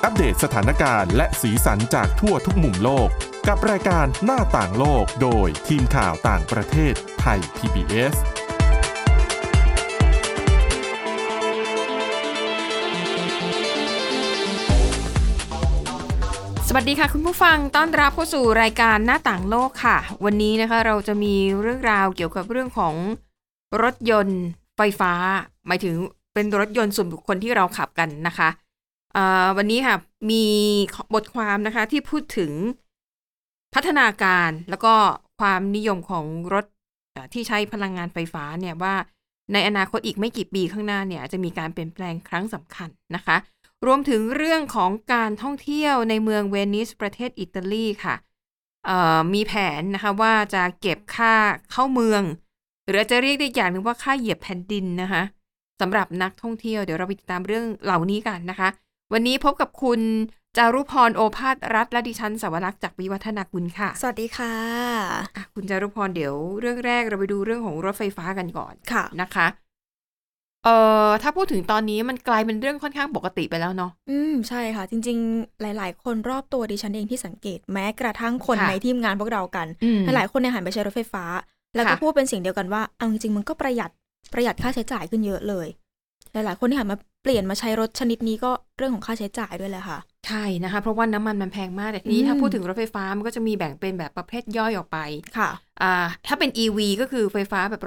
ปเดตสถานการณ์และสีสันจากทั่วทุกมุมโลกกับรายการหน้าต่างโลกโดยทีมข่าวต่างประเทศไทย PBS สวัสดีค่ะคุณผู้ฟังต้อนรับเข้าสู่รายการหน้าต่างโลกค่ะวันนี้นะคะเราจะมีเรื่องราวเกี่ยวกับเรื่องของรถยนต์ไฟฟ้าหมายถึงเป็นรถยนต์ส่วนบุคคลที่เราขับกันนะคะวันนี้ค่ะมีบทความนะคะที่พูดถึงพัฒนาการแล้วก็ความนิยมของรถที่ใช้พลังงานไฟฟ้าเนี่ยว่าในอนาคตอีกไม่กี่ปีข้างหน้าเนี่ยจะมีการเปลี่ยนแปลงครั้งสำคัญนะคะรวมถึงเรื่องของการท่องเที่ยวในเมืองเวนิสประเทศอิตาลีค่ะมีแผนนะคะว่าจะเก็บค่าเข้าเมืองหรือจะเรียกได้อย่างหนึ่งว่าค่าเหยียบแผ่นดินนะคะสำหรับนักท่องเที่ยวเดี๋ยวเราไปติดตามเรื่องเหล่านี้กันนะคะวันนี้พบกับคุณจารุพรโอภาสรัตน์และดิฉันสวรักษ์จากวิวัฒนากุลค่ะสวัสดีค่ะคุณจารุพรเดี๋ยวเรื่องแรกเราไปดูเรื่องของรถไฟฟ้ากันก่อนค่ะนะคะถ้าพูดถึงตอนนี้มันกลายเป็นเรื่องค่อนข้างปกติไปแล้วเนาะใช่ค่ะจริงๆหลายๆคนรอบตัวดิฉันเองที่สังเกตแม้กระทั่งคนในทีมงานพวกเรากันหลายๆคนเนี่ยหันไปใช้รถไฟฟ้าแล้วก็พูดเป็นเสียงเดียวกันว่าเอาจริงๆมันก็ประหยัดค่าใช้จ่ายขึ้นเยอะเลยหลายๆคนที่หันมาเปลี่ยนมาใช้รถชนิดนี้ก็เรื่องของค่าใช้จ่ายด้วยแหละค่ะใช่นะคะเพราะว่าน้ำมันแพงมากแต่ทีนี้ถ้าพูดถึงรถไฟฟ้ามันก็จะมีแบ่งเป็นแบบประเภทย่อยออกไปค่ะถ้าเป็น EV ก็คือไฟฟ้าแบบ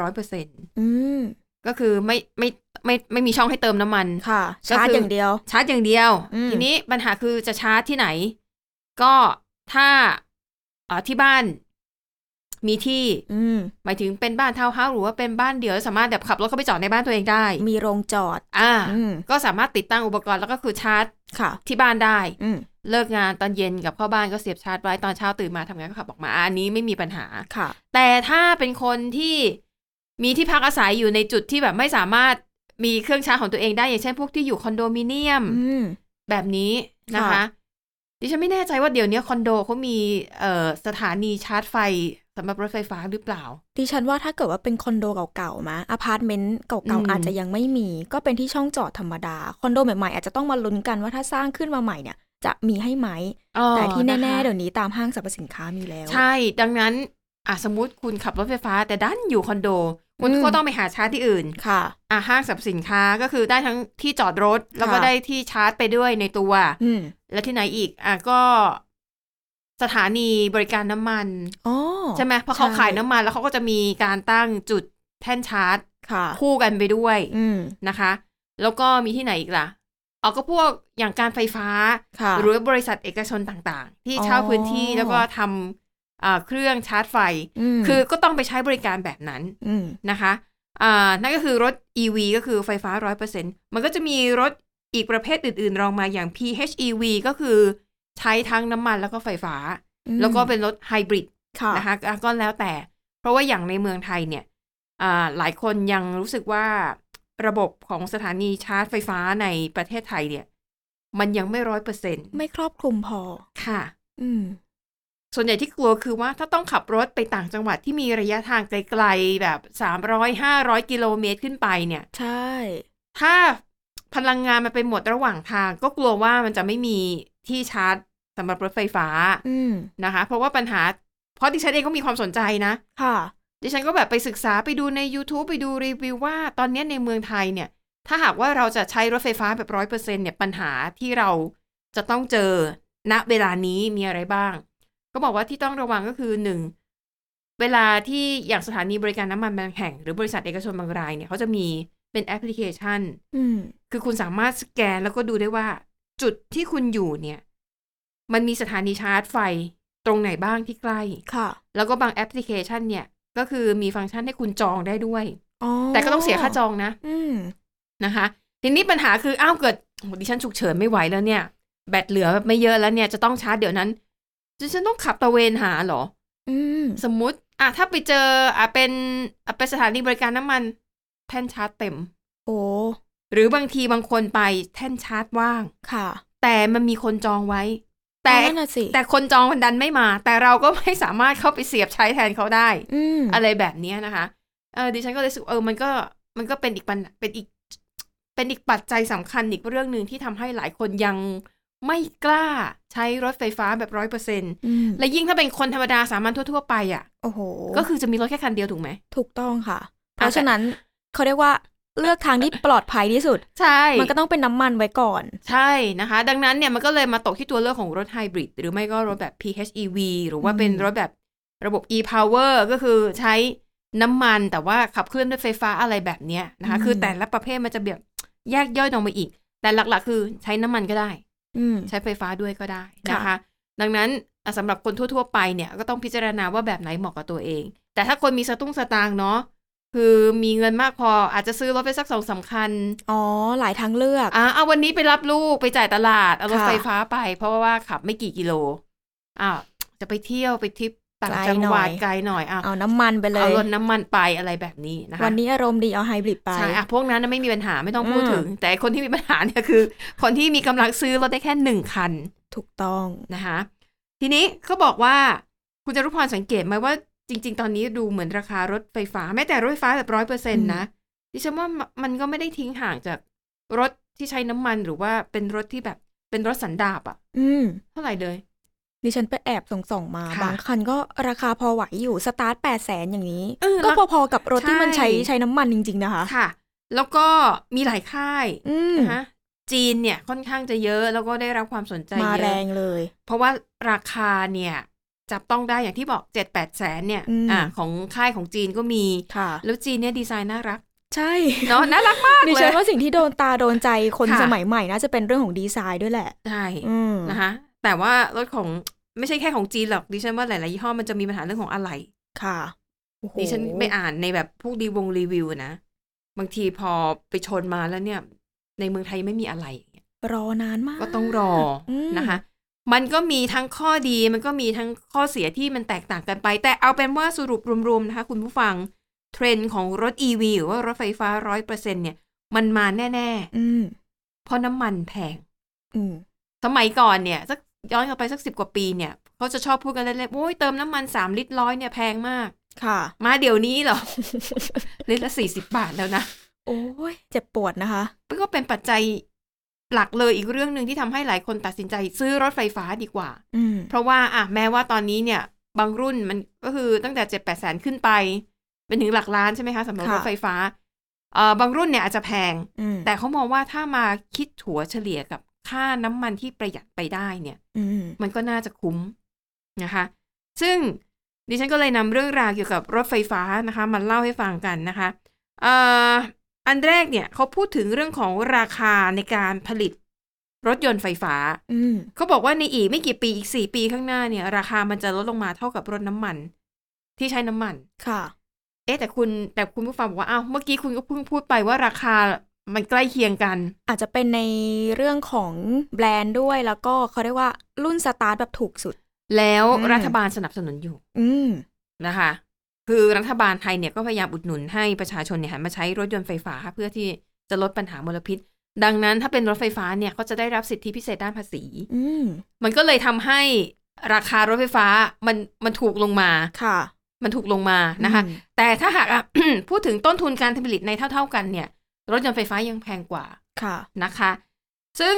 100% ก็คือไม่มีช่องให้เติมน้ำมันค่ะชาร์จอย่างเดียวทีนี้ปัญหาคือจะชาร์จที่ไหนก็ถ้าที่บ้านมีที่หมายถึงเป็นบ้านทาวน์เฮาส์หรือว่าเป็นบ้านเดี่ยวสามารถแบบขับรถเข้าไปจอดในบ้านตัวเองได้มีโรงจอดก็สามารถติดตั้งอุปกรณ์แล้วก็คือชาร์จที่บ้านได้เลิกงานตอนเย็นกับเข้าบ้านก็เสียบชาร์จไว้ตอนเช้าตื่นมาทำงานก็ขับออกมาอันนี้ไม่มีปัญหาแต่ถ้าเป็นคนที่มีที่พักอาศัยอยู่ในจุดที่แบบไม่สามารถมีเครื่องชาร์จของตัวเองได้อย่างเช่นพวกที่อยู่คอนโดมิเนียมแบบนี้นะคะดิฉันไม่แน่ใจว่าเดี๋ยวนี้คอนโดเขามีสถานีชาร์จไฟสำหรับรถไฟฟ้าหรือเปล่าดิฉันว่าถ้าเกิดว่าเป็นคอนโดเก่าๆมาอพาร์ตเมนต์เก่าๆอาจจะยังไม่มีก็เป็นที่ช่องจอดธรรมดาคอนโดใหม่ๆอาจจะต้องมาลุ้นกันว่าถ้าสร้างขึ้นมาใหม่เนี่ยจะมีให้ไหมแต่ที่แน่ๆเดี๋ยวนี้ตามห้างสรรพสินค้ามีแล้วใช่ดังนั้นสมมุติคุณขับรถไฟฟ้าแต่ดันอยู่คอนโดคุณก็ต้องไปหาชาร์จที่อื่นค่ะห้างสรรพสินค้าก็คือได้ทั้งที่จอดรถแล้วก็ได้ที่ชาร์จไปด้วยในตัวแล้วที่ไหนอีกก็สถานีบริการน้ำมันใช่ไหมเพราะเขาขายน้ำมันแล้วเขาก็จะมีการตั้งจุดแท่นชาร์จคู่กันไปด้วยนะคะแล้วก็มีที่ไหนอีกล่ะก็พวกอย่างการไฟฟ้าหรือบริษัทเอกชนต่างๆที่เช่าพื้นที่แล้วก็ทำเครื่องชาร์จไฟคือก็ต้องไปใช้บริการแบบนั้นนะคะนั่นก็คือรถ EV ก็คือไฟฟ้า 100% มันก็จะมีรถอีกประเภทอื่นๆรองมาอย่าง PHEV ก็คือใช้ทั้งน้ำมันแล้วก็ไฟฟ้าแล้วก็เป็นรถไฮบริดนะคะก็แล้วแต่เพราะว่าอย่างในเมืองไทยเนี่ยหลายคนยังรู้สึกว่าระบบของสถานีชาร์จไฟฟ้าในประเทศไทยเนี่ยมันยังไม่ 100% ไม่ครอบคลุมพอค่ะส่วนใหญ่ที่กลัวคือว่าถ้าต้องขับรถไปต่างจังหวัดที่มีระยะทางไกลๆแบบ300-500 กิโลเมตรขึ้นไปเนี่ยใช่ถ้าพลังงานมันไปหมดระหว่างทางก็กลัวว่ามันจะไม่มีที่ชาร์จสำหรับรถไฟฟ้านะคะเพราะว่าปัญหาเพราะดิฉันเองก็มีความสนใจนะค่ะดิฉันก็แบบไปศึกษาไปดูใน YouTube ไปดูรีวิวว่าตอนนี้ในเมืองไทยเนี่ยถ้าหากว่าเราจะใช้รถไฟฟ้าแบบ 100% เนี่ยปัญหาที่เราจะต้องเจอณเวลานี้มีอะไรบ้างก็บอกว่าที่ต้องระวังก็คือ1เวลาที่อย่างสถานีบริการน้ำมันบางแห่งหรือบริษัทเอกชนบางรายเนี่ยเขาจะมีเป็นแอปพลิเคชันคือคุณสามารถสแกนแล้วก็ดูได้ว่าจุดที่คุณอยู่เนี่ยมันมีสถานีชาร์จไฟตรงไหนบ้างที่ใกล้ค่ะแล้วก็บางแอปพลิเคชันเนี่ยก็คือมีฟังก์ชันให้คุณจองได้ด้วยแต่ก็ต้องเสียค่าจองนะนะคะทีนี้ปัญหาคือเกิดดิฉันฉุกเฉินไม่ไหวแล้วเนี่ยแบตเหลือไม่เยอะแล้วเนี่ยจะต้องชาร์จเดี๋ยวนั้นฉันต้องขับตะเวนหาเหรอสมมุติถ้าไปเจอเป็นสถานีบริการน้ำมันแท่นชาร์จเต็มหรือบางทีบางคนไปแท่นชาร์จว่างค่ะแต่มันมีคนจองไว้แต่คนจองมันดันไม่มาแต่เราก็ไม่สามารถเข้าไปเสียบใช้แทนเขาได้อะไรแบบนี้นะคะดิฉันก็เลยรู้สึกมันก็เป็นอีกปัจจัยสำคัญอีกเรื่องนึงที่ทำให้หลายคนยังไม่กล้าใช้รถไฟฟ้าแบบ 100% และยิ่งถ้าเป็นคนธรรมดาสามัญทั่วๆไปอ่ะโอ้โหก็คือจะมีรถแค่คันเดียวถูกไหมถูกต้องค่ะเพราะฉะนั้นเขาเรียกว่าเลือกทางที่ปลอดภัยที่สุดใช่มันก็ต้องเป็นน้ำมันไว้ก่อนใช่นะคะดังนั้นเนี่ยมันก็เลยมาตกที่ตัวเลือกของรถไฮบริดหรือไม่ก็รถแบบ PHEV หรือว่าเป็นรถแบบระบบ e-power ก็คือใช้น้ำมันแต่ว่าขับเคลื่อนด้วยไฟฟ้าอะไรแบบนี้นะคะคือแต่ละประเภทมันจะแบบแยกย่อยลงมาอีกแต่หลักๆคือใช้น้ำมันก็ได้ใช้ไฟฟ้าด้วยก็ได้นะคะดังนั้นสำหรับคนทั่วๆไปเนี่ยก็ต้องพิจารณาว่าแบบไหนเหมาะกับตัวเองแต่ถ้าคนมีสตางค์เนาะคือมีเงินมากพออาจจะซื้อรถไปสัก2-3 คันหลายทางเลือกเอาวันนี้ไปรับลูกไปจ่ายตลาดเอารถไฟฟ้าไปเพราะว่าขับไม่กี่กิโลจะไปเที่ยวไปทริปต่างจังหวัดไกลหน่อยเอาน้ำมันไปเลยเอารถน้ำมันไปอะไรแบบนี้นะคะวันนี้อารมณ์ดีเอาไฮบริดไปใช่พวกนั้นไม่มีปัญหาไม่ต้องพูดถึงแต่คนที่มีปัญหาเนี่ยคือคนที่มีกำลังซื้อรถได้แค่1 คันถูกต้องนะคะทีนี้เขาบอกว่าคุณจารุพรสังเกตไหมว่าจริงๆตอนนี้ดูเหมือนราคารถไฟฟ้าแม้แต่รถไฟฟ้าแบบ 100% นะดิฉันว่ามันก็ไม่ได้ทิ้งห่างจากรถที่ใช้น้ำมันหรือว่าเป็นรถที่แบบเป็นรถสันดาปเท่าไหร่เลยดิฉันไปแอบส่องมาบางคันก็ราคาพอไหวอยู่สตาร์ท800,000อย่างนี้ก็พอๆกับรถที่มันใช้น้ำมันจริงๆนะคะค่ะแล้วก็มีหลายค่ายนะคะจีนเนี่ยค่อนข้างจะเยอะแล้วก็ได้รับความสนใจเยอะมาแรงเลยเพราะว่าราคาเนี่ยจับต้องได้อย่างที่บอก 7-8 แสนเนี่ยของค่ายของจีนก็มีแล้วจีนเนี่ยดีไซน์น่ารักใช่เนาะน่ารักมากเลยดิฉันว่าสิ่งที่โดนตาโดนใจคนสมัยใหม่น่าจะเป็นเรื่องของดีไซน์ด้วยแหละใช่นะคะแต่ว่ารถของไม่ใช่แค่ของจีนหรอกดิฉันว่าหลายๆยี่ห้อมันจะมีปัญหาเรื่องของอะไหล่ค่ะดิฉันไปอ่านในแบบพวกรีวิวนะบางทีพอไปชนมาแล้วเนี่ยในเมืองไทยไม่มีอะไหล่รอนานมากก็ต้องรอนะคะมันก็มีทั้งข้อดีมันก็มีทั้งข้อเสียที่มันแตกต่างกันไปแต่เอาเป็นว่าสรุปรวมๆนะคะคุณผู้ฟังเทรนด์ของรถ EV หรือว่ารถไฟฟ้า 100% เนี่ยมันมาแน่ๆเพราะน้ำมันแพงสมัยก่อนเนี่ยสักย้อนกลับไปสัก10 กว่าปีเนี่ยเขาจะชอบพูดกันเล่นๆโอ้ยเติมน้ำมัน3 ลิตร100เนี่ยแพงมากค่ะมาเดี๋ยวนี้เหรอ ลิตรละ40 บาทแล้วนะโอ้ยเจ็บปวดนะคะก็เป็นปัจจัยหลักเลยอีกเรื่องนึงที่ทำให้หลายคนตัดสินใจซื้อรถไฟฟ้าดีกว่าเพราะว่าแม้ว่าตอนนี้เนี่ยบางรุ่นมันก็คือตั้งแต่ 7-8 แสนขึ้นไปเป็นถึงหลักล้านใช่ไหมคะสำหรับรถไฟฟ้าบางรุ่นเนี่ยอาจจะแพงแต่เขามองว่าถ้ามาคิดถัวเฉลี่ยกับค่าน้ำมันที่ประหยัดไปได้เนี่ยมันก็น่าจะคุ้มนะคะซึ่งดิฉันก็เลยนำเรื่องราวเกี่ยวกับรถไฟฟ้านะคะมาเล่าให้ฟังกันนะคะอันแรกเนี่ยเขาพูดถึงเรื่องของราคาในการผลิตรถยนต์ไฟฟ้าเขาบอกว่าในอีกไม่กี่ปีอีก4 ปีข้างหน้าเนี่ยราคามันจะลดลงมาเท่ากับรถน้ำมันที่ใช้น้ำมันค่ะแต่คุณผู้ฟังบอกว่าอ้าวเมื่อกี้คุณก็เพิ่งพูดไปว่าราคามันใกล้เคียงกันอาจจะเป็นในเรื่องของแบรนด์ด้วยแล้วก็เขาเรียกว่ารุ่นสตาร์ทแบบถูกสุดแล้วรัฐบาลสนับสนุนอยู่นะคะคือรัฐบาลไทยเนี่ยก็พยายามอุดหนุนให้ประชาชนเนี่ยหันมาใช้รถยนต์ไฟฟ้าเพื่อที่จะลดปัญหามลพิษดังนั้นถ้าเป็นรถไฟฟ้าเนี่ยก็จะได้รับสิทธิพิเศษด้านภาษีมันก็เลยทำให้ราคารถไฟฟ้ามันถูกลงมาค่ะมันถูกลงมานะคะแต่ถ้าหาก พูดถึงต้นทุนการผลิตในเท่าๆกันเนี่ยรถยนต์ไฟฟ้ายังแพงกว่านะคะซึ่ง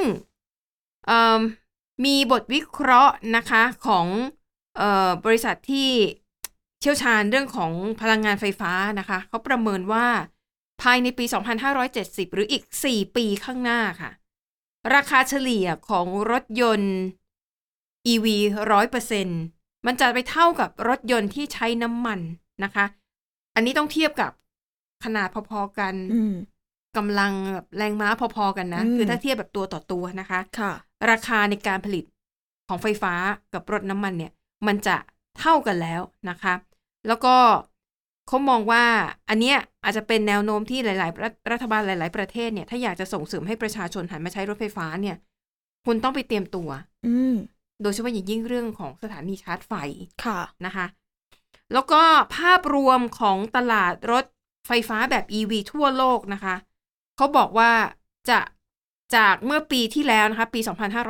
มีบทวิเคราะห์นะคะของบริษัทที่เชี่ยวชาญเรื่องของพลังงานไฟฟ้านะคะเขาประเมินว่าภายในปี 2570 หรืออีก4 ปีข้างหน้าค่ะราคาเฉลี่ยของรถยนต์ EV 100% มันจะไปเท่ากับรถยนต์ที่ใช้น้ำมันนะคะอันนี้ต้องเทียบกับขนาดพอๆกันกำลังแรงม้าพอๆกันนะคือถ้าเทียบแบบตัวต่อตัวนะคะราคาในการผลิตของไฟฟ้ากับรถน้ำมันเนี่ยมันจะเท่ากันแล้วนะคะแล้วก็เขามองว่าอันเนี้ยอาจจะเป็นแนวโน้มที่หลายๆรัฐบาลหลายๆประเทศเนี่ยถ้าอยากจะส่งเสริมให้ประชาชนหันมาใช้รถไฟฟ้าเนี่ยคุณต้องไปเตรียมตัวโดยเฉพาะอย่างยิ่งเรื่องของสถานีชาร์จไฟนะคะแล้วก็ภาพรวมของตลาดรถไฟฟ้าแบบ EV ทั่วโลกนะคะเขาบอกว่าจะจากเมื่อปีที่แล้วนะคะปี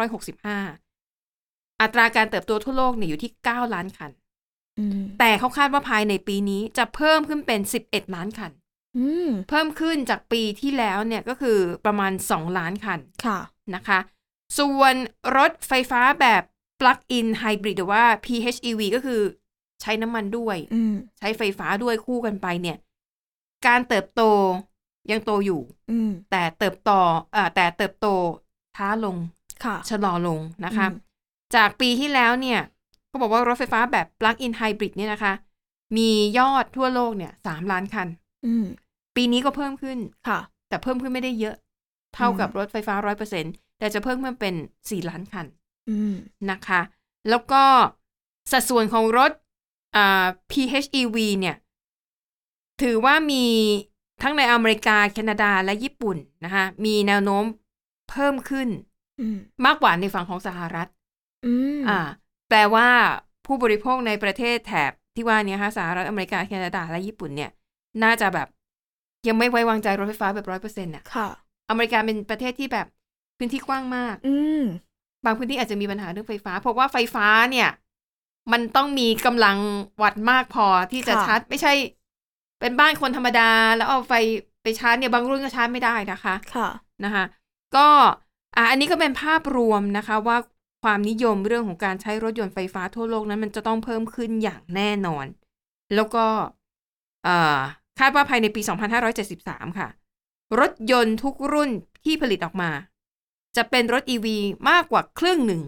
2565 อัตราการเติบโตทั่วโลกเนี่ยอยู่ที่9 ล้านคันแต่เขาคาดว่าภายในปีนี้จะเพิ่มขึ้นเป็น11 ล้านคันเพิ่มขึ้นจากปีที่แล้วเนี่ยก็คือประมาณ2 ล้านคันนะคะส่วนรถไฟฟ้าแบบ plug-in hybrid หรือว่า PHEV ก็คือใช้น้ำมันด้วยใช้ไฟฟ้าด้วยคู่กันไปเนี่ยการเติบโตยังโตอยู่แต่เติบโตช้าลงชะลอลงนะคะจากปีที่แล้วเนี่ยก็บอกว่ารถไฟฟ้าแบบ plug-in hybrid เนี่ยนะคะมียอดทั่วโลกเนี่ย3 ล้านคันปีนี้ก็เพิ่มขึ้นแต่เพิ่มขึ้นไม่ได้เยอะเท่ากับรถไฟฟ้า 100% แต่จะเพิ่มขึ้นเป็น4 ล้านคันนะคะแล้วก็สัดส่วนของรถPHEV เนี่ยถือว่ามีทั้งในอเมริกาแคนาดาและญี่ปุ่นนะคะมีแนวโน้มเพิ่มขึ้นมากกว่าในฝั่งของสหรัฐแปลว่าผู้บริโภคในประเทศแถบที่ว่านี้ค่ะสหรัฐอเมริกาแคนาดาและญี่ปุ่นเนี่ยน่าจะแบบยังไม่ไว้วางใจรถไฟฟ้าแบบ 100% น่ะค่ะอเมริกาเป็นประเทศที่แบบพื้นที่กว้างมากบางพื้นที่อาจจะมีปัญหาเรื่องไฟฟ้าเพราะว่าไฟฟ้าเนี่ยมันต้องมีกำลังวัตต์มากพอที่จะชาร์จไม่ใช่เป็นบ้านคนธรรมดาแล้วเอาไฟไปชาร์จเนี่ยบางรุ่นก็ชาร์จไม่ได้นะคะนะคะก็อันนี้ก็เป็นภาพรวมนะคะว่าความนิยมเรื่องของการใช้รถยนต์ไฟฟ้าทั่วโลกนั้นมันจะต้องเพิ่มขึ้นอย่างแน่นอนแล้วก็คาดว่าภายในปี2573ค่ะรถยนต์ทุกรุ่นที่ผลิตออกมาจะเป็นรถ EV มากกว่าครึ่งหนึ่ง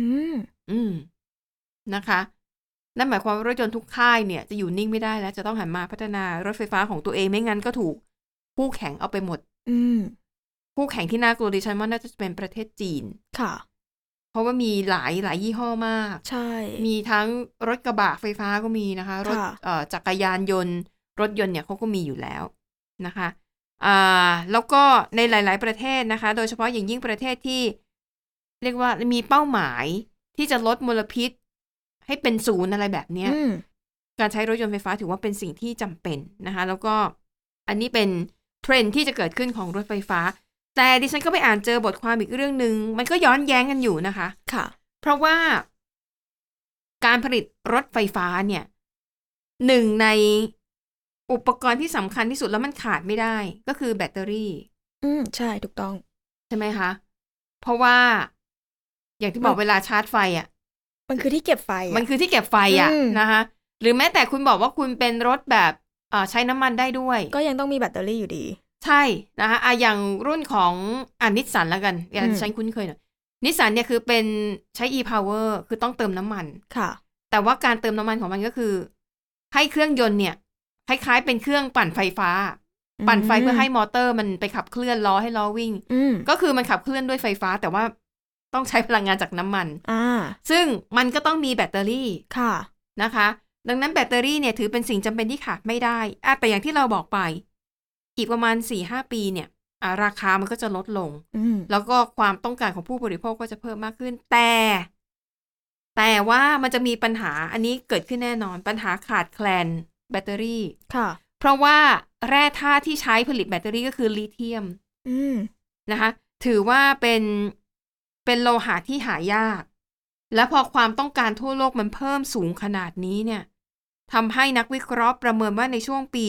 นะคะนั่นหมายความว่ารถยนต์ทุกค่ายเนี่ยจะอยู่นิ่งไม่ได้แล้วจะต้องหันมาพัฒนารถไฟฟ้าของตัวเองไม่งั้นก็ถูกคู่แข่งเอาไปหมดคู่แข่งที่น่ากลัวดิฉันว่าน่าจะเป็นประเทศจีนค่ะเพราะว่ามีหลายยี่ห้อมากใช่มีทั้งรถกระบะไฟฟ้าก็มีนะคะรถจักรยานยนต์รถยนต์เนี่ยเขาก็มีอยู่แล้วนะคะแล้วก็ในหลายๆประเทศนะคะโดยเฉพาะอย่างยิ่งประเทศที่เรียกว่ามีเป้าหมายที่จะลดมลพิษให้เป็นศูนย์อะไรแบบนี้การใช้รถยนต์ไฟฟ้าถือว่าเป็นสิ่งที่จำเป็นนะคะแล้วก็อันนี้เป็นเทรนด์ที่จะเกิดขึ้นของรถไฟฟ้าแต่ดิฉันก็ไปอ่านเจอบทความอีกเรื่องนึงมันก็ย้อนแย้งกันอยู่นะคะค่ะเพราะว่าการผลิตรถไฟฟ้าเนี่ยหนึ่งในอุปกรณ์ที่สำคัญที่สุดแล้วมันขาดไม่ได้ก็คือแบตเตอรี่ใช่ถูกต้องใช่ไหมคะเพราะว่าอย่างที่บอกเวลาชาร์จไฟอ่ะมันคือที่เก็บไฟมันคือที่เก็บไฟอ่ะนะคะหรือแม้แต่คุณบอกว่าคุณเป็นรถแบบใช้น้ำมันได้ด้วยก็ยังต้องมีแบตเตอรี่อยู่ดีใช่นะคะอย่างรุ่นของนิสสันแล้วกันอย่างฉันคุ้นเคยหน่อยนิสสันเนี่ยคือเป็นใช้ e-power คือต้องเติมน้ำมันค่ะแต่ว่าการเติมน้ำมันของมันก็คือให้เครื่องยนต์เนี่ยคล้ายๆเป็นเครื่องปั่นไฟฟ้าปั่นไฟเพื่อให้มอเตอร์มันไปขับเคลื่อนล้อให้ล้อวิ่งก็คือมันขับเคลื่อนด้วยไฟฟ้าแต่ว่าต้องใช้พลังงานจากน้ำมันซึ่งมันก็ต้องมีแบตเตอรี่ค่ะนะคะดังนั้นแบตเตอรี่เนี่ยถือเป็นสิ่งจำเป็นที่ขาดไม่ได้แต่อย่างที่เราบอกไปอีกประมาณ 4-5 ปีเนี่ยราคามันก็จะลดลงแล้วก็ความต้องการของผู้บริโภคก็จะเพิ่มมากขึ้นแต่ว่ามันจะมีปัญหาอันนี้เกิดขึ้นแน่นอนปัญหาขาดแคลนแบตเตอรี่ค่ะเพราะว่าแร่ธาตุที่ใช้ผลิตแบตเตอรี่ก็คือลิเธียมนะคะถือว่าเป็นโลหะที่หายากและพอความต้องการทั่วโลกมันเพิ่มสูงขนาดนี้เนี่ยทำให้นักวิเคราะห์ประเมินว่าในช่วงปี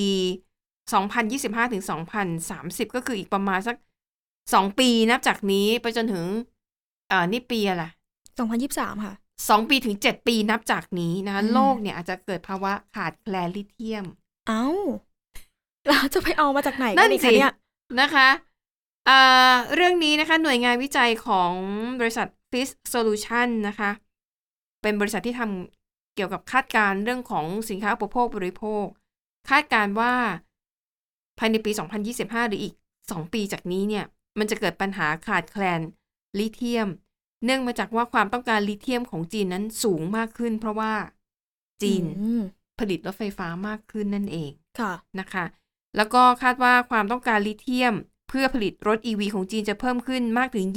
2025ถึง2030ก็คืออีกประมาณสัก2ปีนับจากนี้ไปจนถึงนี่ปีอะไร 2023ค่ะ 2ปีถึง7ปีนับจากนี้นะคะโลกเนี่ยอาจจะเกิดภาวะขาดแคลนลิเธียมเราจะไปเอามาจากไหนกันเนี่ยนะคะเรื่องนี้นะคะหน่วยงานวิจัยของบริษัท Fish Solution นะคะเป็นบริษัทที่ทำเกี่ยวกับคาดการณ์เรื่องของสินค้าอุปโภคบริโภคคาดการณ์ว่าภายในปี2025หรืออีก2ปีจากนี้เนี่ยมันจะเกิดปัญหาขาดแคลนลิเธียมเนื่องมาจากว่าความต้องการลิเธียมของจีนนั้นสูงมากขึ้นเพราะว่าจีนผลิตรถไฟฟ้ามากขึ้นนั่นเองค่ะนะคะแล้วก็คาดว่าความต้องการลิเธียมเพื่อผลิตรถ EV ของจีนจะเพิ่มขึ้นมากถึง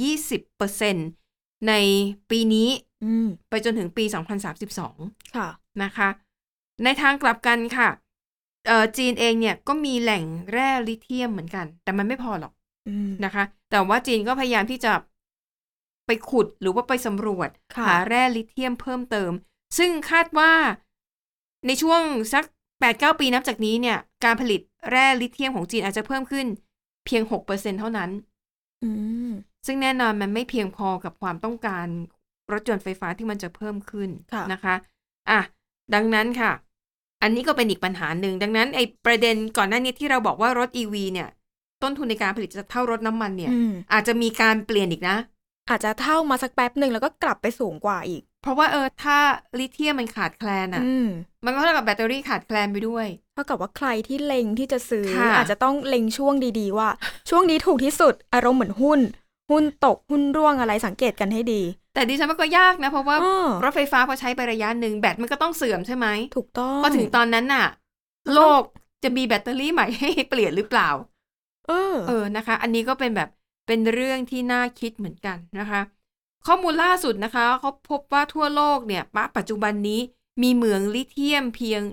20% ในปีนี้ไปจนถึงปี2032ค่ะนะคะในทางกลับกันค่ะจีนเองเนี่ยก็มีแหล่งแร่ลิเธียมเหมือนกันแต่มันไม่พอหรอกนะคะแต่ว่าจีนก็พยายามที่จะไปขุดหรือว่าไปสำรวจหาแร่ลิเธียมเพิ่มเติมซึ่งคาดว่าในช่วงสัก 8-9 ปีนับจากนี้เนี่ยการผลิตแร่ลิเธียมของจีนอาจจะเพิ่มขึ้นเพียง 6% เท่านั้นซึ่งแน่นอนมันไม่เพียงพอกับความต้องการรถยนต์ไฟฟ้าที่มันจะเพิ่มขึ้นนะคะดังนั้นค่ะอันนี้ก็เป็นอีกปัญหาหนึ่งดังนั้นไอ้ประเด็นก่อนหน้านี้ที่เราบอกว่ารถ EV เนี่ยต้นทุนในการผลิตจะเท่ารถน้ำมันเนี่ยอาจจะมีการเปลี่ยนอีกนะอาจจะเท่ามาสักแป๊บหนึ่งแล้วก็กลับไปสูงกว่าอีกเพราะว่าถ้าลิเธียมมันขาดแคลนมันก็เท่ากับแบตเตอรี่ขาดแคลนไปด้วยเท่ากับว่าใครที่เล็งที่จะซื้ออาจจะต้องเล็งช่วงดีๆว่าช่วงนี้ถูกที่สุดอารมณ์เหมือนหุ้นตกหุ้นร่วงอะไรสังเกตกันให้ดีแต่ดิฉันว่าก็ยากนะเพราะว่ารถไฟฟ้าพอใช้ไประยะหนึ่งแบตมันก็ต้องเสื่อมใช่ไหมถูกต้องพอถึงตอนนั้นน่ะโลกจะมีแบตเตอรี่ใหม่ให้เปลี่ยนหรือเปล่านะคะอันนี้ก็เป็นเรื่องที่น่าคิดเหมือนกันนะคะข้อมูลล่าสุดนะคะเขาพบว่าทั่วโลกเนี่ยปัจจุบันนี้มีเหมืองลิเธียมเพียง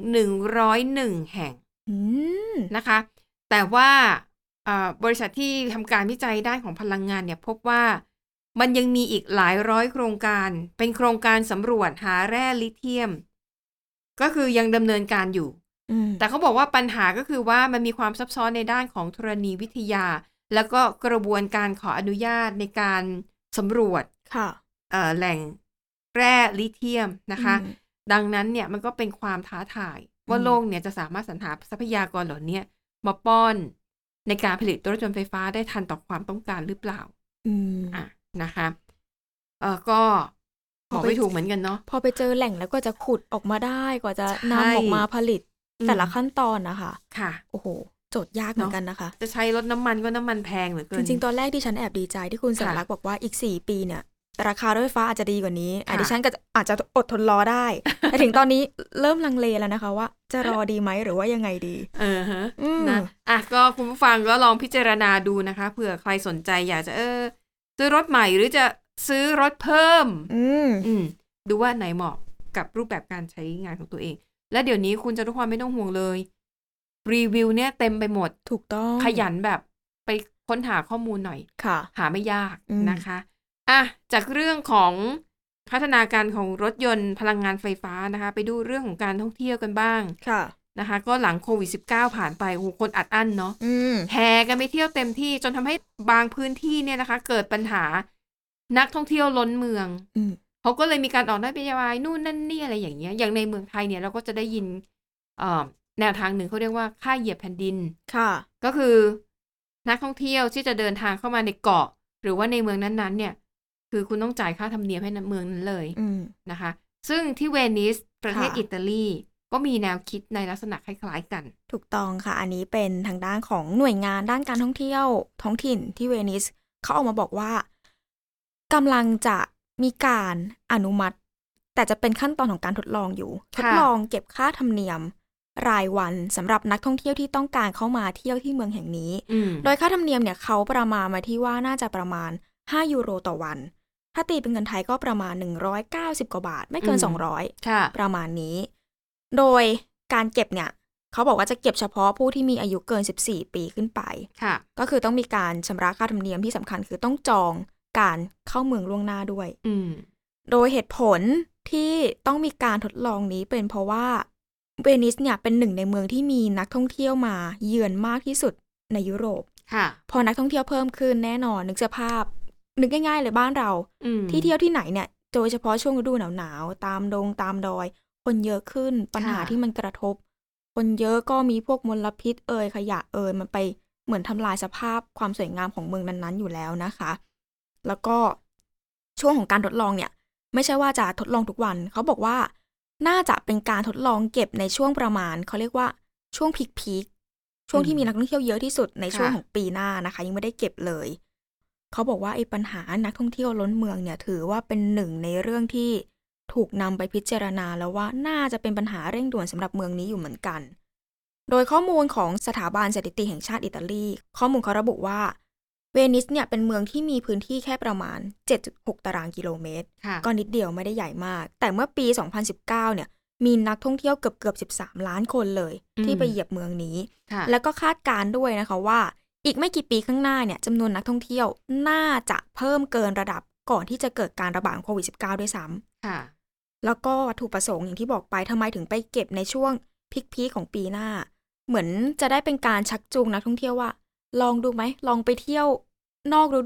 101แห่งนะคะแต่ว่าบริษัทที่ทำการวิจัยด้านของพลังงานเนี่ยพบว่ามันยังมีอีกหลายร้อยโครงการเป็นโครงการสำรวจหาแร่ลิเธียมก็คือยังดำเนินการอยู่แต่เขาบอกว่าปัญหาก็คือว่ามันมีความซับซ้อนในด้านของธรณีวิทยาแล้วก็กระบวนการขออนุญาตในการสำรวจแหล่งแร่ลิเธียมนะคะดังนั้นเนี่ยมันก็เป็นความท้าทายว่าโลกเนี่ยจะสามารถสรรหาทรัพยากรเหล่านี้มาป้อนในการผลิตรถยนต์ไฟฟ้าได้ทันต่อความต้องการหรือเปล่านะคะก็บอกไม่ถูกเหมือนกันเนาะพอไปเจอแหล่งแล้วก็จะขุดออกมาได้กว่าจะนำออกมาผลิตแต่ละขั้นตอนนะคะค่ะโอ้โหโจทย์ยากเหมือนกันนะคะจะใช้รถน้ำมันก็น้ำมันแพงเหลือเกินจริงๆตอนแรกที่ฉันแอบดีใจที่คุณสรักษ์บอกว่าอีก4ปีเนี่ยราคารถไฟฟ้าอาจจะดีกว่านี้ดิฉันก็อาจจะอดทนรอได้แต่ถึงตอนนี้เริ่มลังเลแล้วนะคะว่าจะรอดีไหมหรือว่ายังไงดีนะก็คุณผู้ฟังก็ลองพิจารณาดูนะคะเผื่อใครสนใจอยากจะซื้อรถใหม่หรือจะซื้อรถเพิ่มดูว่าไหนเหมาะกับรูปแบบการใช้งานของตัวเองและเดี๋ยวนี้คุณจะทุกคนไม่ต้องห่วงเลยรีวิวเนี่ยเต็มไปหมดถูกต้องขยันแบบไปค้นหาข้อมูลหน่อยหาไม่ยากนะคะจากเรื่องของพัฒนาการของรถยนต์พลังงานไฟฟ้านะคะไปดูเรื่องของการท่องเที่ยวกันบ้างนะคะก็หลังโควิด -19 ผ่านไปโหคนอัดอั้นเนาะแห่กันไปเที่ยวเต็มที่จนทำให้บางพื้นที่เนี่ยนะคะเกิดปัญหานักท่องเที่ยวล้นเมืองเขาก็เลยมีการออกนโยบายนู่นนั่นนี่อะไรอย่างเงี้ยอย่างในเมืองไทยเนี่ยเราก็จะได้ยินแนวทางหนึ่งเขาเรียกว่าค่าเหยียบแผ่นดินก็คือนักท่องเที่ยวที่จะเดินทางเข้ามาในเกาะหรือว่าในเมืองนั้นๆเนี่ยคือคุณต้องจ่ายค่าธรรมเนียมให้เมืองนั้นเลยนะคะซึ่งที่เวนิสประเทศอิตาลีก็มีแนวคิดในลักษณะคล้ายๆกันถูกต้องค่ะอันนี้เป็นทางด้านของหน่วยงานด้านการท่องเที่ยวท้องถิ่นที่เวนิสเขาออกมาบอกว่ากำลังจะมีการอนุมัติแต่จะเป็นขั้นตอนของการทดลองอยู่ทดลองเก็บค่าธรรมเนียมรายวันสำหรับนักท่องเที่ยวที่ต้องการเข้ามาเที่ยวที่เมืองแห่งนี้โดยค่าธรรมเนียมเนี่ยเขาประมาณมาที่ว่าน่าจะประมาณ5 ยูโรต่อวันถ้าตีเป็นเงินไทยก็ประมาณ190กว่าบาทไม่เกิน200ประมาณนี้โดยการเก็บเนี่ยเขาบอกว่าจะเก็บเฉพาะผู้ที่มีอายุเกิน14ปีขึ้นไปก็คือต้องมีการชำระค่าธรรมเนียมที่สำคัญคือต้องจองการเข้าเมืองล่วงหน้าด้วยโดยเหตุผลที่ต้องมีการทดลองนี้เป็นเพราะว่าเวนิสเนี่ยเป็นหนึ่งในเมืองที่มีนักท่องเที่ยวมาเยือนมากที่สุดในยุโรปพอนักท่องเที่ยวเพิ่มขึ้นแน่นอนนึกสภาพนึกง่ายๆเลยบ้านเราที่เที่ยวที่ไหนเนี่ยโดยเฉพาะช่วงฤดูหนาวๆตามดงตามดอยคนเยอะขึ้นปัญหาที่มันกระทบคนเยอะก็มีพวกมลพิษขยะมันไปเหมือนทำลายสภาพความสวยงามของเมืองนั้นๆอยู่แล้วนะคะแล้วก็ช่วงของการทดลองเนี่ยไม่ใช่ว่าจะทดลองทุกวันเขาบอกว่าน่าจะเป็นการทดลองเก็บในช่วงประมาณเขาเรียกว่าช่วงพีคช่วงที่มีนักท่องเที่ยวเยอะที่สุดในช่วงของปีหน้านะคะยังไม่ได้เก็บเลยเขาบอกว่าไอ้ปัญหานักท่องเที่ยวล้นเมืองเนี่ยถือว่าเป็นหนึ่งในเรื่องที่ถูกนำไปพิจารณาแล้วว่าน่าจะเป็นปัญหาเร่งด่วนสำหรับเมืองนี้อยู่เหมือนกันโดยข้อมูลของสถาบันสถิติแห่งชาติอิตาลีข้อมูลเขาระบุว่าเวนิสเนี่ยเป็นเมืองที่มีพื้นที่แค่ประมาณ 7.6 ตารางกิโลเมตรก็นิดเดียวไม่ได้ใหญ่มากแต่เมื่อปี 2019 เนี่ยมีนักท่องเที่ยวเกือบ13 ล้านคนเลยที่ไปเหยียบเมืองนี้แล้วก็คาดการณ์ด้วยนะคะว่าอีกไม่กี่ปีข้างหน้าเนี่ยจำนวนนักท่องเที่ยวน่าจะเพิ่มเกินระดับก่อนที่จะเกิดการระบาดโควิด -19 ด้วยซ้ำแล้วก็วัตถุประสงค์อย่างที่บอกไปทำไมถึงไปเก็บในช่วงพีคของปีหน้าเหมือนจะได้เป็นการชักจูงนักท่องเที่ยวว่าลองดูไหมลองไปเที่ยวนอกฤดู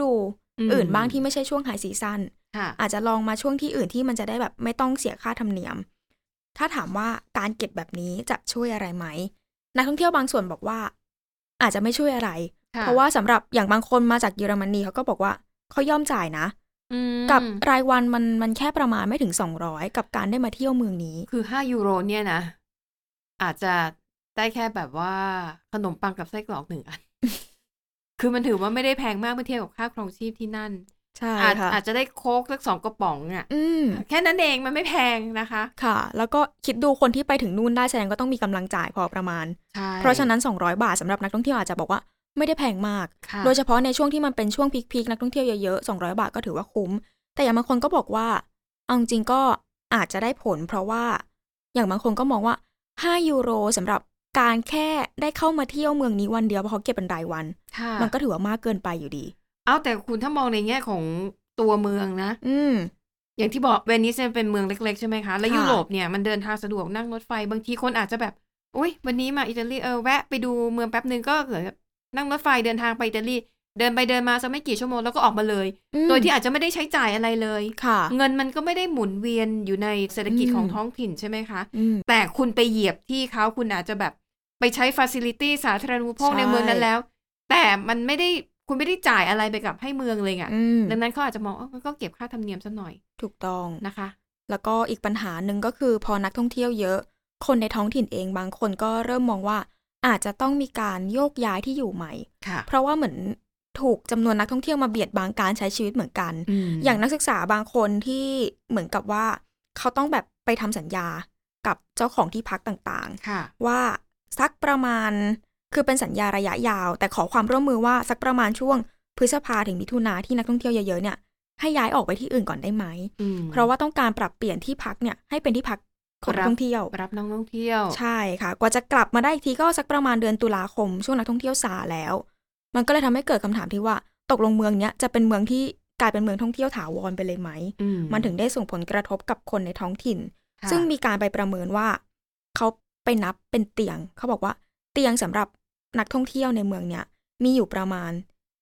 อื่นบ้างที่ไม่ใช่ช่วงไฮซีซั่นอาจจะลองมาช่วงที่อื่นที่มันจะได้แบบไม่ต้องเสียค่าธรรมเนียมถ้าถามว่าการเก็บแบบนี้จะช่วยอะไรไหมนักท่องเที่ยวบางส่วนบอกว่าอาจจะไม่ช่วยอะไรเพราะว่าสำหรับอย่างบางคนมาจากเยอรมนีเขาก็บอกว่าเขายอมจ่ายนะกับรายวันมันแค่ประมาณไม่ถึง200กับการได้มาเที่ยวเมืองนี้คือ€5เนี่ยนะอาจจะได้แค่แบบว่าขนมปังกับไส้กรอก1 อัน คือมันถือว่าไม่ได้แพงมากเมื่อเทียบกับค่าครองชีพที่นั่นใช่ค่ะอาจจะได้โค้กสัก2 กระป๋องอ่ะแค่นั้นเองมันไม่แพงนะคะค่ะแล้วก็คิดดูคนที่ไปถึงนู่นได้แสดงก็ต้องมีกำลังจ่ายพอประมาณเพราะฉะนั้น200 บาทสำหรับนักท่องเที่ยวอาจจะบอกว่าไม่ได้แพงมากโดยเฉพาะในช่วงที่มันเป็นช่วงพีคๆนักท่องเที่ยวเยอะๆ200 บาทก็ถือว่าคุ้มแต่อย่างบางคนก็บอกว่าเอาจริงก็อาจจะได้ผลเพราะว่าอย่างบางคนก็มองว่า€5สำหรับการแค่ได้เข้ามาเที่ยวเมืองนี้วันเดียวเพราะเขาเก็บเป็นรายวันมันก็ถือว่ามากเกินไปอยู่ดีแต่คุณถ้ามองในแง่ของตัวเมืองนะอย่างที่บอกเวนิสเป็นเมืองเล็กๆใช่ไหมคะแล้วยุโรปเนี่ยมันเดินทางสะดวกนั่งรถไฟบางทีคนอาจจะแบบอุ๊ยวันนี้มาอิตาลีแวะไปดูเมืองแป๊บนึงก็เกิดนั่งรถไฟเดินทางไปอิตาลีเดินไปเดินมาสักไม่กี่ชั่วโมงแล้วก็ออกมาเลยโดยที่อาจจะไม่ได้ใช้จ่ายอะไรเลยเงินมันก็ไม่ได้หมุนเวียนอยู่ในเศรษฐกิจของท้องถิ่นใช่ไหมคะแต่คุณไปเหยียบที่เขาคุณอาจจะแบบไปใช้ฟาซิลิตี้สาธารณูปโภคในเมืองนั้นแล้วแต่มันไม่ได้คุณไม่ได้จ่ายอะไรไปกับให้เมืองเลยอ่ะดังนั้นเขาอาจจะมองก็เก็บค่าธรรมเนียมซะหน่อยถูกต้องนะคะแล้วก็อีกปัญหาหนึ่งก็คือพอนักท่องเที่ยวเยอะคนในท้องถิ่นเองบางคนก็เริ่มมองว่าอาจจะต้องมีการโยกย้ายที่อยู่ใหม่เพราะว่าเหมือนถูกจำนวนนักท่องเที่ยวมาเบียดบังการใช้ชีวิตเหมือนกันอย่างนักศึกษาบางคนที่เหมือนกับว่าเขาต้องแบบไปทำสัญญากับเจ้าของที่พักต่างๆว่าสักประมาณคือเป็นสัญญาระยะยาวแต่ขอความร่วมมือว่าสักประมาณช่วงพฤษภาถึงมิถุนาที่นักท่องเที่ยวเยอะๆเนี่ยให้ย้ายออกไปที่อื่นก่อนได้ไหมเพราะว่าต้องการปรับเปลี่ยนที่พักเนี่ยให้เป็นที่พักของนักท่องเที่ยวรับนักท่องเที่ยวใช่ค่ะกว่าจะกลับมาได้อีกทีก็สักประมาณเดือนตุลาคมช่วงนักท่องเที่ยวซาแล้วมันก็เลยทำให้เกิดคำถามที่ว่าตกลงเมืองเนี้ยจะเป็นเมืองที่กลายเป็นเมืองท่องเที่ยวถาวรไปเลยไหมมันถึงได้ส่งผลกระทบกับคนในท้องถิ่นซึ่งมีการไปประเมินว่าเขาไปนับเป็นเตียงเขาบอกว่าเตียงสำหรับนักท่องเที่ยวในเมืองเนี้ยมีอยู่ประมาณ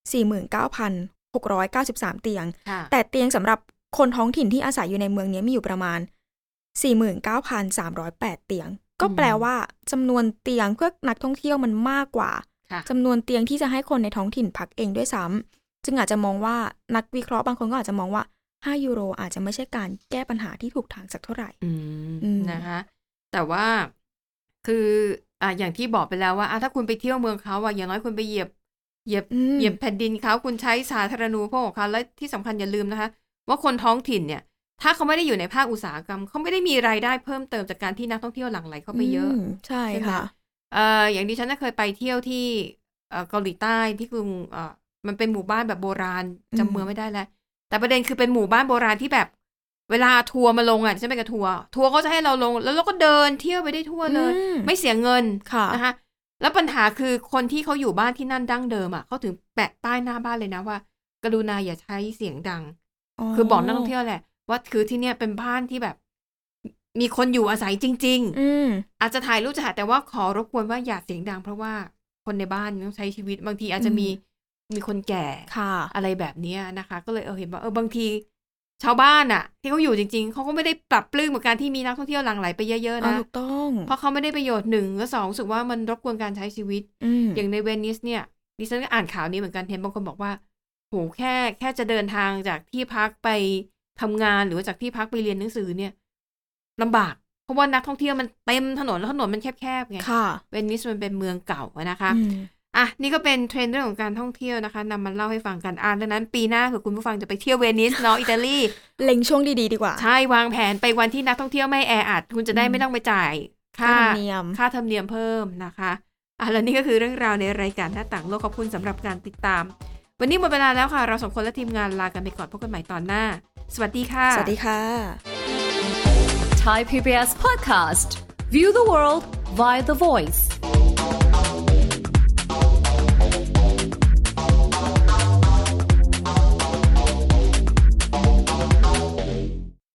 49,693 เตียงแต่เตียงสำหรับคนท้องถิ่นที่อาศัยอยู่ในเมืองนี้มีอยู่ประมาณ 49,308 เตียงก็แปลว่าจำนวนเตียงเพื่อนักท่องเที่ยวมันมากกว่าจำนวนเตียงที่จะให้คนในท้องถิ่นพักเองด้วยซ้ำจึงอาจจะมองว่านักวิเคราะห์บางคนก็อาจจะมองว่า€5อาจจะไม่ใช่การแก้ปัญหาที่ถูกทางสักเท่าไหร่นะคะแต่ว่าคืออย่างที่บอกไปแล้วว่าถ้าคุณไปเที่ยวเมืองเขาอย่างน้อยคุณไปเหยียบแผ่นดินเขาคุณใช้สาธารณูปโภคของเขาและที่สำคัญอย่าลืมนะคะว่าคนท้องถิ่นเนี่ยถ้าเขาไม่ได้อยู่ในภาคอุตสาหกรรมเขาไม่ได้มีรายได้เพิ่มเติมจากการที่นักท่องเที่ยวหลั่งไหลเข้าไปเยอะใช่ค่ะอย่างดิฉันเคยไปเที่ยวที่เกาหลีใต้ที่กรุงมันเป็นหมู่บ้านแบบโบราณจำเมืองไม่ได้แล้วแต่ประเด็นคือเป็นหมู่บ้านโบราณที่แบบเวลาทัวร์มาลงฉันไปกับทัวร์ก็จะให้เราลงแล้วเราก็เดินเที่ยวไปได้ทั่วเลยไม่เสียเงินนะคะแล้วปัญหาคือคนที่เขาอยู่บ้านที่นั่นดั้งเดิมเขาถึงแปะป้ายหน้าบ้านเลยนะว่ากรุณาอย่าใช้เสียงดังคือบอกนักท่องเที่ยวแหละว่าคือที่เนี่ยเป็นบ้านที่แบบมีคนอยู่อาศัยจริงๆอาจจะถ่ายรูปจะถ่ายแต่ว่าขอรบกวนว่าอย่าเสียงดังเพราะว่าคนในบ้านต้องใช้ชีวิตบางทีอาจจะมีคนแก่อะไรแบบนี้นะคะก็เลยเห็นว่าบางทีชาวบ้านที่เขาอยู่จริงๆเขาก็ไม่ได้ปรับปลื้มกับการที่มีนักท่องเที่ยวหลั่งไหลไปเยอะๆนะถูกต้องเพราะเขาไม่ได้ประโยชน์1และ2รู้สึกว่ามันรบกวนการใช้ชีวิตอย่างในเวนิสเนี่ยดิฉันก็อ่านข่าวนี้เหมือนกันเห็นบางคนบอกว่าโหแค่จะเดินทางจากที่พักไปทำงานหรือว่าจากที่พักไปเรียนหนังสือเนี่ยลำบากเพราะว่านักท่องเที่ยวมันเต็มถนนแล้วถนนมันแคบๆไงเวนิสมันเป็นเมืองเก่านะคะนี่ก็เป็นเทรนด์เรื่องของการท่องเที่ยวนะคะนำมาเล่าให้ฟังกันดังนั้นปีหน้าคือคุณผู้ฟังจะไปเที่ยวเวนิสเนาะอิตาลีเล็งช่วงดีๆดีกว่าใช่วางแผนไปวันที่นักท่องเที่ยวไม่แออัดคุณจะได้ไม่ต้องไปจ่ายค่าธรรมเนียมเพิ่มนะคะแล้วนี่ก็คือเรื่องราวในรายการหน้าต่างโลกขอบคุณสำหรับการติดตามวันนี้หมดเวลาแล้วค่ะเรา2คนและทีมงานลากันไปก่อนพบกันใหม่ตอนหน้าสวัสดีค่ะสวัสดีค่ะ Thai PBS Podcast View the world via The Voice